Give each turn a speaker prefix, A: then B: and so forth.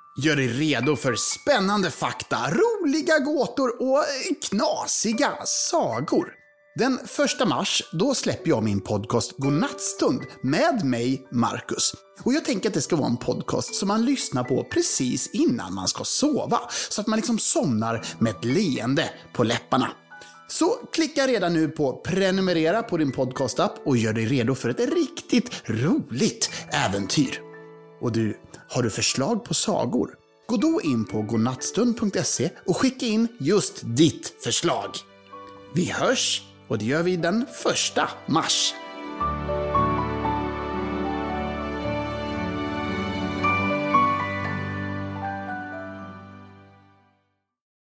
A: Gör dig redo för spännande fakta, roliga gåtor och knasiga sagor. Den 1 mars, då släpper jag min podcast Godnattstund med mig, Marcus. Och jag tänker att det ska vara en podcast som man lyssnar på precis innan man ska sova. Så att man liksom somnar med ett leende på läpparna. Så klicka redan nu på prenumerera på din podcastapp och gör dig redo för ett riktigt roligt äventyr. Och du, har du förslag på sagor? Gå då in på godnattstund.se och skicka in just ditt förslag. Vi hörs, och det gör vi den 1 mars.